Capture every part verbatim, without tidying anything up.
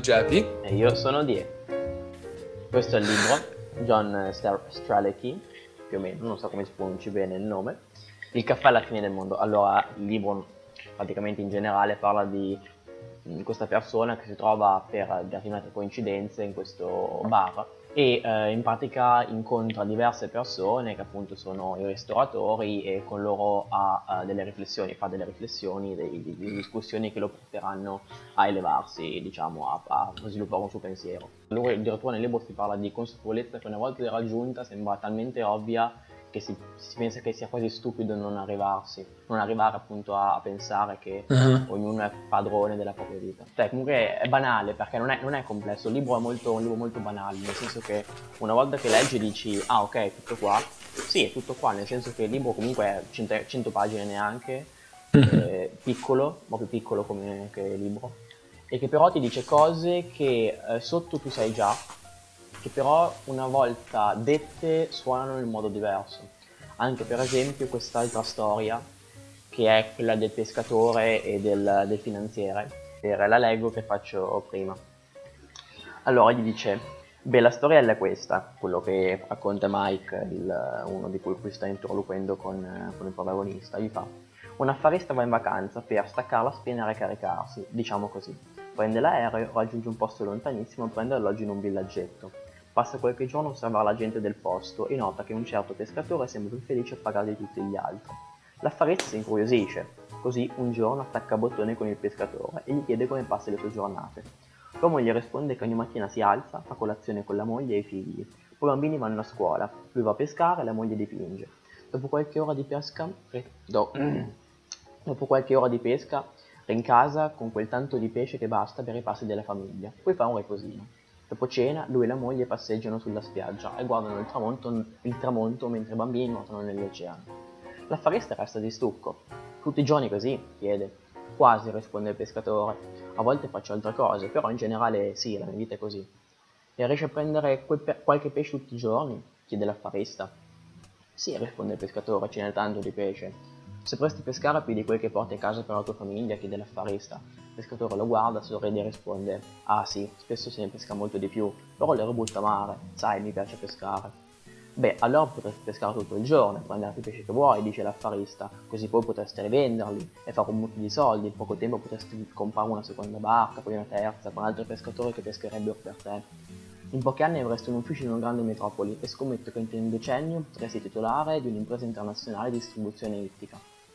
Jepi. E io sono Die. Questo è il libro, John Strzelecki, più o meno, non so come si pronunci bene il nome. Il caffè alla fine del mondo. Allora, il libro praticamente in generale parla di questa persona che si trova per determinate coincidenze in questo bar e eh, in pratica incontra diverse persone che appunto sono i ristoratori e con loro ha, ha delle riflessioni, fa delle riflessioni, dei, delle discussioni che lo porteranno a elevarsi, diciamo, a, a sviluppare un suo pensiero. Allora, addirittura nel libro si parla di consapevolezza che una volta raggiunta sembra talmente ovvia che si, si pensa che sia quasi stupido non arrivarsi, non arrivare appunto a, a pensare che Uh-huh. ognuno è padrone della propria vita. Cioè, comunque è banale perché non è, non è complesso, il libro è molto, un libro molto banale, nel senso che una volta che leggi dici, ah ok, è tutto qua. Sì, è tutto qua, nel senso che il libro comunque è cento, cento pagine neanche, eh, piccolo, proprio piccolo come che libro, e che però ti dice cose che eh, sotto tu sai già, che però una volta dette suonano in modo diverso. Anche per esempio quest'altra storia, che è quella del pescatore e del, del finanziere, era la leggo che faccio prima. Allora gli dice, beh, la storiella è questa, quello che racconta Mike, il, uno di cui, cui sta interloquendo con, con il protagonista, gli fa: un affarista va in vacanza per staccare la spina e ricaricarsi, diciamo così. Prende l'aereo, raggiunge un posto lontanissimo e prende alloggio in un villaggetto. Passa qualche giorno a osservare la gente del posto e nota che un certo pescatore sembra più felice a pagare di tutti gli altri. L'affarista si incuriosisce, così un giorno attacca a bottone con il pescatore e gli chiede come passa le sue giornate. L'uomo gli risponde che ogni mattina si alza, fa colazione con la moglie e i figli, poi i bambini vanno a scuola, lui va a pescare e la moglie dipinge. Dopo qualche ora di pesca, eh, do, dopo qualche ora di pesca, rincasa con quel tanto di pesce che basta per i passi della famiglia, poi fa un riposino. Dopo cena, lui e la moglie passeggiano sulla spiaggia e guardano il tramonto, il tramonto mentre i bambini nuotano nell'oceano. L'affarista resta di stucco. Tutti i giorni così? Chiede. Quasi, risponde il pescatore. A volte faccio altre cose, però in generale sì, la mia vita è così. E riesci a prendere quel pe- qualche pesce tutti i giorni? Chiede l'affarista. Sì, risponde il pescatore, ce n'è tanto di pesce. Se presti pescare più di quel che porti a casa per la tua famiglia, chiede l'affarista. Il pescatore lo guarda, sorride e risponde: ah sì, spesso se ne pesca molto di più, però le ributta a mare, sai, mi piace pescare. Beh, allora potresti pescare tutto il giorno e prendere più pesci che vuoi, dice l'affarista, così poi potresti rivenderli e fare un mucchio di soldi, in poco tempo potresti comprare una seconda barca, poi una terza, con altri pescatori che pescherebbero per te. In pochi anni avresti un ufficio in una grande metropoli e scommetto che entro un decennio potresti titolare di un'impresa internazionale di distribuzione ittica.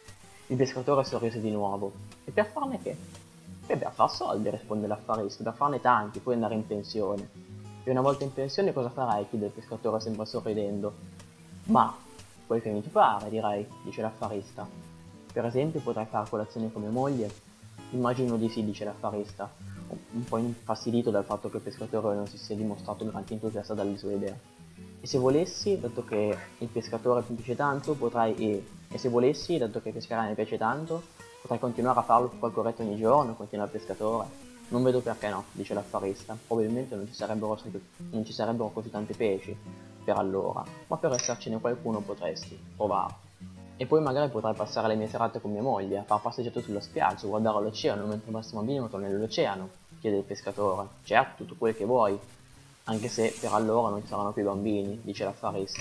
Il pescatore sorrise di nuovo. E per farne che? E per far soldi, risponde l'affarista, per farne tanti, poi andare in pensione. E una volta in pensione cosa farai? Chiede il pescatore sempre sorridendo. Ma, quel che mi ti pare, direi, dice l'affarista. Per esempio potrai fare colazione con mia moglie? Immagino di sì, dice l'affarista, un po' infastidito dal fatto che il pescatore non si sia dimostrato granché entusiasta dalle sue idee. E se volessi, dato che il pescatore mi piace tanto, potrai e, e se volessi, dato che pescare mi piace tanto, potrai continuare a farlo per qualche oretta ogni giorno, continua il pescatore. Non vedo perché no, dice l'affarista. Probabilmente non ci sarebbero, non ci sarebbero così tanti pesci per allora, ma per essercene qualcuno potresti provare. E poi magari potrai passare le mie serate con mia moglie, a far passeggiate sulla spiaggia, guardare l'oceano mentre i nostri bambini nuotano nell'oceano, chiede il pescatore. Certo, tutto quel che vuoi, anche se per allora non ci saranno più bambini, dice l'affarista.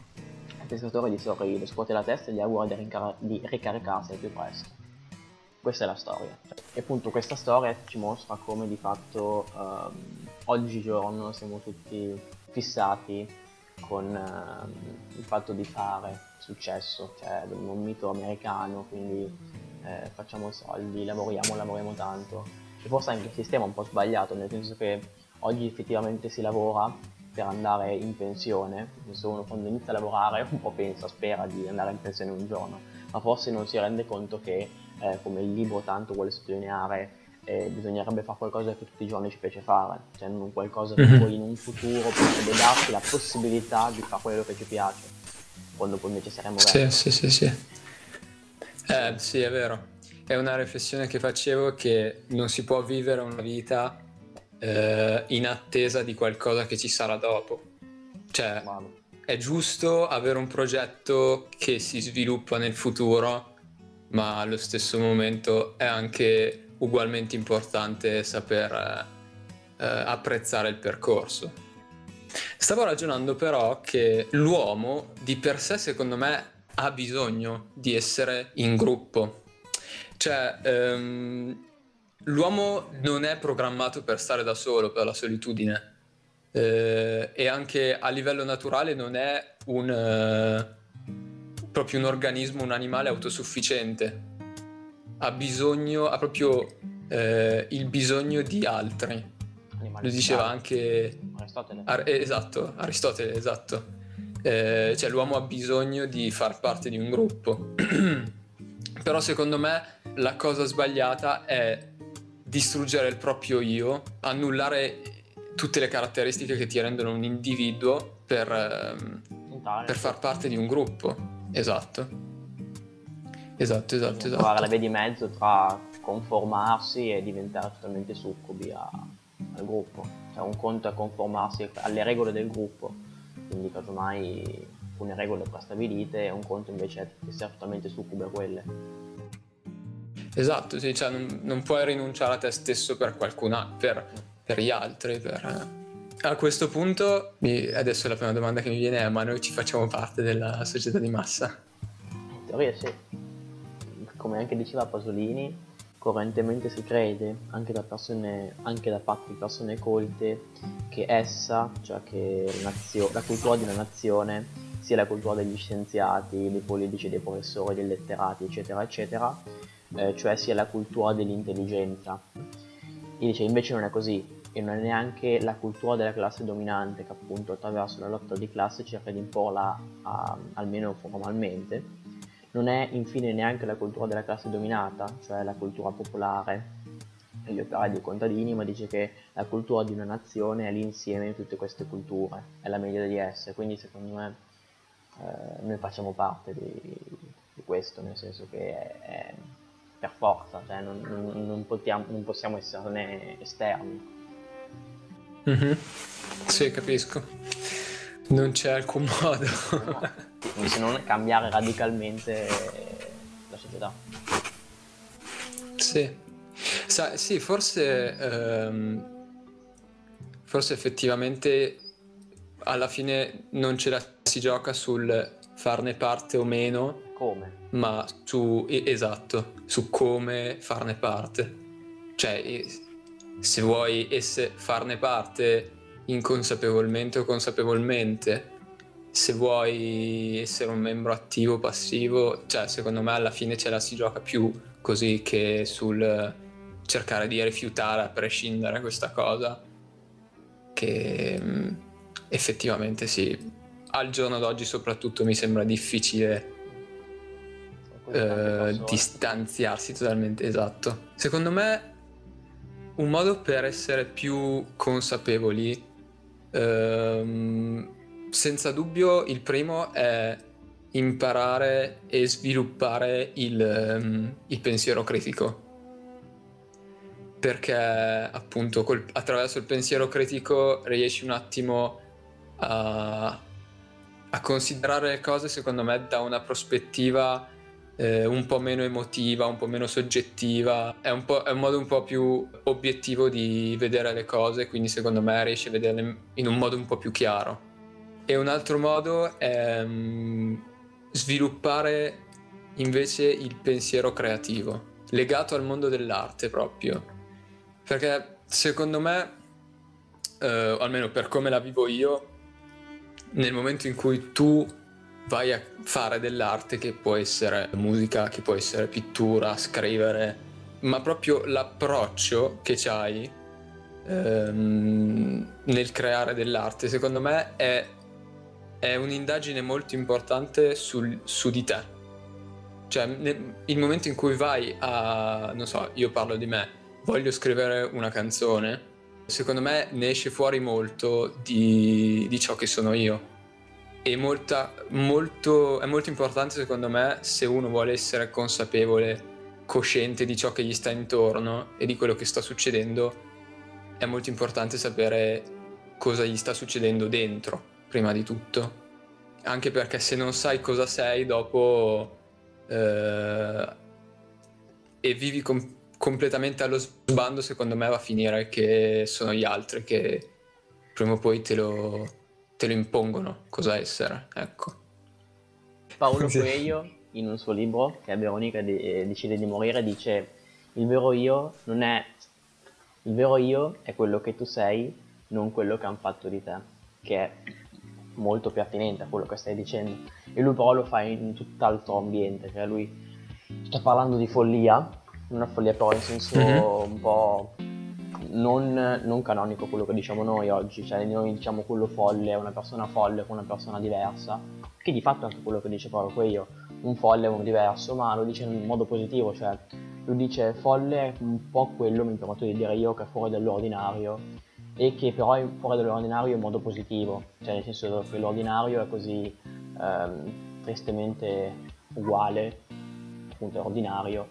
Il pescatore gli sorride, scuote la testa e gli augura di, rincar- di ricaricarsi al più presto. Questa è la storia. E appunto questa storia ci mostra come di fatto ehm, oggigiorno siamo tutti fissati con ehm, il fatto di fare successo, cioè un mito americano, quindi eh, facciamo i soldi, lavoriamo, lavoriamo tanto. E forse anche il sistema è un po' sbagliato, nel senso che oggi effettivamente si lavora per andare in pensione, nel senso uno quando inizia a lavorare un po' pensa, spera di andare in pensione un giorno, ma forse non si rende conto che, eh, come il libro tanto vuole sottolineare, eh, bisognerebbe fare qualcosa che tutti i giorni ci piace fare, cioè non qualcosa che Mhm. poi in un futuro potrebbe darci la possibilità di fare quello che ci piace, quando poi invece saremo Sì, vecchi. sì, sì, sì. Eh, sì, è vero. È una riflessione che facevo che non si può vivere una vita eh, in attesa di qualcosa che ci sarà dopo. Cioè, Bravo. è giusto avere un progetto che si sviluppa nel futuro, ma allo stesso momento è anche ugualmente importante saper, eh, eh, apprezzare il percorso. Stavo ragionando però che l'uomo di per sé, secondo me, ha bisogno di essere in gruppo. Cioè, ehm, l'uomo non è programmato per stare da solo, per la solitudine. Eh, e anche a livello naturale non è un eh, proprio un organismo, un animale autosufficiente. Ha bisogno, ha proprio eh, il bisogno di altri. Lo diceva anche Aristotele. Ar- eh, esatto, Aristotele, esatto. Eh, cioè l'uomo ha bisogno di far parte di un gruppo. Però secondo me la cosa sbagliata è distruggere il proprio io, annullare tutte le caratteristiche che ti rendono un individuo per, ehm, per far parte di un gruppo. Esatto. Esatto, esatto, esatto. Trovare la via di mezzo tra conformarsi e diventare totalmente succubi a, al gruppo. Cioè un conto è conformarsi alle regole del gruppo, quindi casomai alcune regole prestabilite, e un conto invece è essere totalmente succubi a quelle. Esatto, sì, cioè non, non puoi rinunciare a te stesso per qualcun per, per gli altri. Per... A questo punto, mi, adesso la prima domanda che mi viene è: ma noi ci facciamo parte della società di massa? In teoria sì. Come anche diceva Pasolini, correntemente si crede, anche da, persone, anche da parte di persone colte, che essa, cioè che nazio, la cultura di una nazione, sia la cultura degli scienziati, dei politici, dei professori, dei letterati, eccetera, eccetera, eh, cioè sia la cultura dell'intelligenza. E dice invece non è così, e non è neanche la cultura della classe dominante, che appunto attraverso la lotta di classe cerca di imporla a, almeno formalmente. Non è infine neanche la cultura della classe dominata, cioè la cultura popolare, gli operai dei contadini, ma dice che la cultura di una nazione è l'insieme di tutte queste culture, è la media di esse, quindi secondo me eh, noi facciamo parte di, di questo, nel senso che è, è per forza, cioè non, non, non, potiamo, non possiamo esserne esterni. Mm-hmm. Sì, capisco. Non c'è alcun modo. No, se non cambiare radicalmente la società. Sì, Sa- sì, forse, ehm, forse effettivamente alla fine non ce la si gioca sul farne parte o meno, Come? ma su, e- esatto, su come farne parte. Cioè, e- se vuoi esse, farne parte inconsapevolmente o consapevolmente, se vuoi essere un membro attivo o passivo, cioè secondo me alla fine ce la si gioca più così che sul cercare di rifiutare a prescindere questa cosa, che mh, effettivamente sì, al giorno d'oggi soprattutto mi sembra difficile eh, distanziarsi totalmente. Esatto. Secondo me un modo per essere più consapevoli, ehm, senza dubbio il primo è imparare e sviluppare il, ehm, il pensiero critico, perché appunto col, attraverso il pensiero critico riesci un attimo a, a considerare le cose secondo me da una prospettiva eh, un po' meno emotiva, un po' meno soggettiva, è un, po', è un modo un po' più obiettivo di vedere le cose, quindi secondo me riesci a vederle in un modo un po' più chiaro. E un altro modo è um, sviluppare invece il pensiero creativo, legato al mondo dell'arte proprio, perché secondo me, eh, almeno per come la vivo io, nel momento in cui tu vai a fare dell'arte, che può essere musica, che può essere pittura, scrivere, ma proprio l'approccio che c'hai ehm, nel creare dell'arte, secondo me è, è un'indagine molto importante sul, su di te. Cioè nel, il momento in cui vai a, non so, io parlo di me, voglio scrivere una canzone, secondo me ne esce fuori molto di, di ciò che sono io. E molta, molto, è molto importante secondo me, se uno vuole essere consapevole, cosciente di ciò che gli sta intorno e di quello che sta succedendo, è molto importante sapere cosa gli sta succedendo dentro, prima di tutto. Anche perché se non sai cosa sei dopo eh, e vivi com- completamente allo sbando, secondo me va a finire che sono gli altri che prima o poi te lo, te lo impongono cosa essere, ecco. Paolo Sì. Coelho, in un suo libro, che è Veronica de- decide di morire, dice: il vero io non è il vero io è quello che tu sei, non quello che hanno fatto di te, che è molto più attinente a quello che stai dicendo. E lui però lo fa in tutt'altro ambiente, cioè lui sta parlando di follia, una follia però in senso Mhm. un po' non, non canonico, quello che diciamo noi oggi, cioè noi diciamo quello folle è una persona folle con una persona diversa, che di fatto è anche quello che dice Paolo Coelho, un folle è uno diverso, ma lo dice in modo positivo, cioè lui dice folle è un po' quello, mi permetto di dire io, che è fuori dall'ordinario e che però è fuori dall'ordinario in modo positivo, cioè nel senso che l'ordinario è così ehm, tristemente uguale, appunto è ordinario,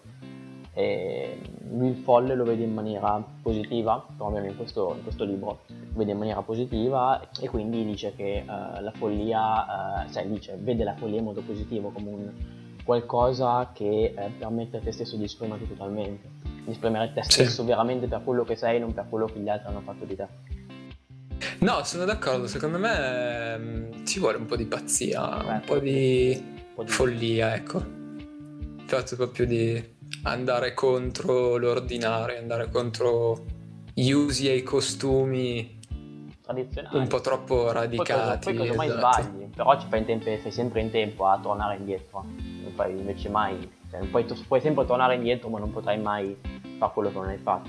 e lui il folle lo vede in maniera positiva, però almeno in questo, in questo libro lo vede in maniera positiva e quindi dice che eh, la follia, eh, cioè dice, vede la follia in modo positivo come un qualcosa che eh, permette a te stesso di esprimerti totalmente, di esprimere te stesso Sì. veramente per quello che sei, non per quello che gli altri hanno fatto di te. No, sono d'accordo, secondo me ehm, ci vuole un po' di pazzia, Beh, un po' quello sì, di un po' di follia, ecco. Il fatto proprio di andare contro l'ordinario, andare contro gli usi e i costumi un tradizionali. po' troppo Poi, cosa, poi radicati, casomai esatto. sbagli, però ci fai, in tempo, fai sempre in tempo a tornare indietro, non fai invece mai, cioè, non puoi, puoi sempre tornare indietro ma non potrai mai fare quello che non hai fatto.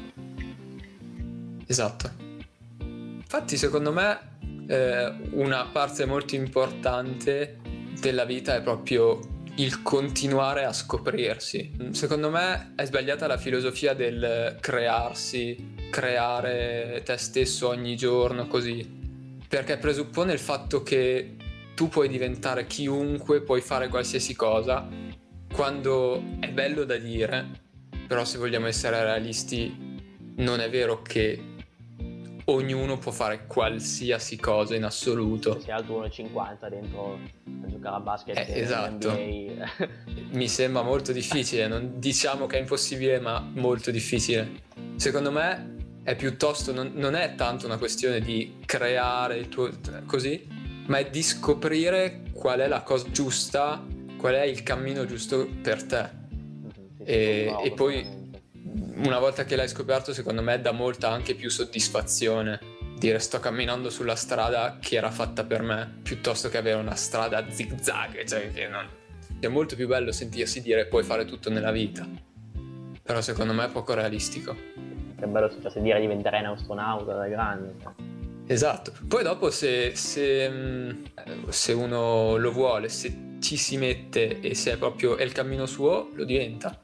Esatto. Infatti, secondo me, eh, una parte molto importante della vita è proprio il continuare a scoprirsi. Secondo me è sbagliata la filosofia del crearsi, creare te stesso ogni giorno così, perché presuppone il fatto che tu puoi diventare chiunque, puoi fare qualsiasi cosa, quando è bello da dire, però se vogliamo essere realisti, non è vero che ognuno può fare qualsiasi cosa in Se assoluto. sei alto uno e cinquanta dentro a giocare a basket Eh, esatto. nell'N B A. Mi sembra molto difficile, non diciamo che è impossibile, ma molto difficile. Secondo me è piuttosto, non, non è tanto una questione di creare il tuo così, ma è di scoprire qual è la cosa giusta, qual è il cammino giusto per te. Sì, sì, E, e concordo poi pienamente. una volta che l'hai scoperto, secondo me dà molta anche più soddisfazione dire sto camminando sulla strada che era fatta per me, piuttosto che avere una strada a zig-zag, cioè che non... è molto più bello sentirsi dire puoi fare tutto nella vita, però secondo me è poco realistico. Che bello se facesse dire diventerei un astronauta da grande. Cioè. Esatto, poi dopo se, se, mh, se uno lo vuole, se ci si mette e se è proprio è il cammino suo, lo diventa.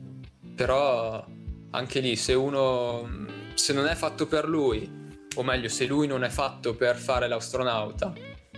Però anche lì se uno se non è fatto per lui, o meglio se lui non è fatto per fare l'astronauta,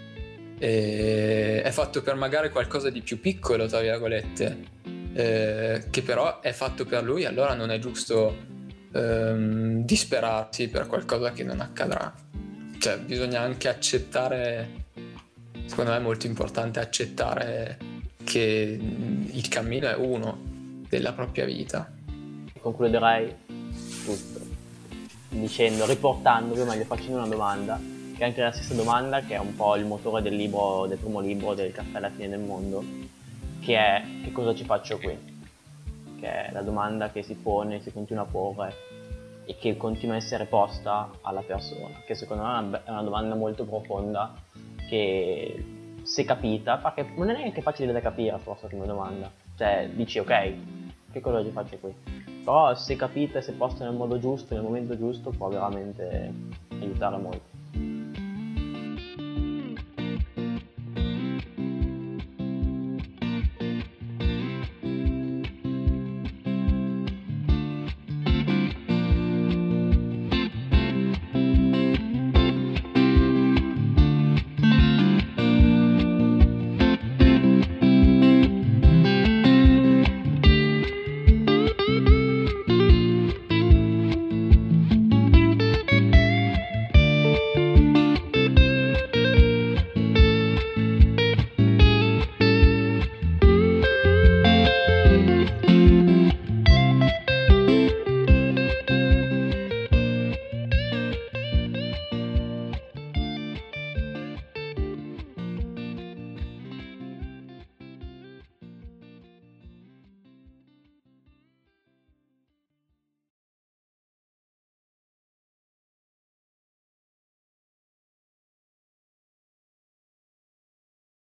eh, è fatto per magari qualcosa di più piccolo tra virgolette, eh, che però è fatto per lui, allora non è giusto ehm, disperarsi per qualcosa che non accadrà. Cioè bisogna anche accettare, secondo me è molto importante accettare che il cammino è uno della propria vita. Concluderei tutto dicendo, riportandovi, o meglio facendo una domanda, che è anche la stessa domanda che è un po' il motore del libro, del primo libro del Caffè alla fine del mondo, che è che cosa ci faccio qui? Che è la domanda che si pone, si continua a porre e che continua a essere posta alla persona, che secondo me è una domanda molto profonda che se capita, perché non è neanche facile da capire forse come domanda, cioè dici ok, che cosa ci faccio qui? Però se capita e se posta nel modo giusto, nel momento giusto, può veramente aiutare molto.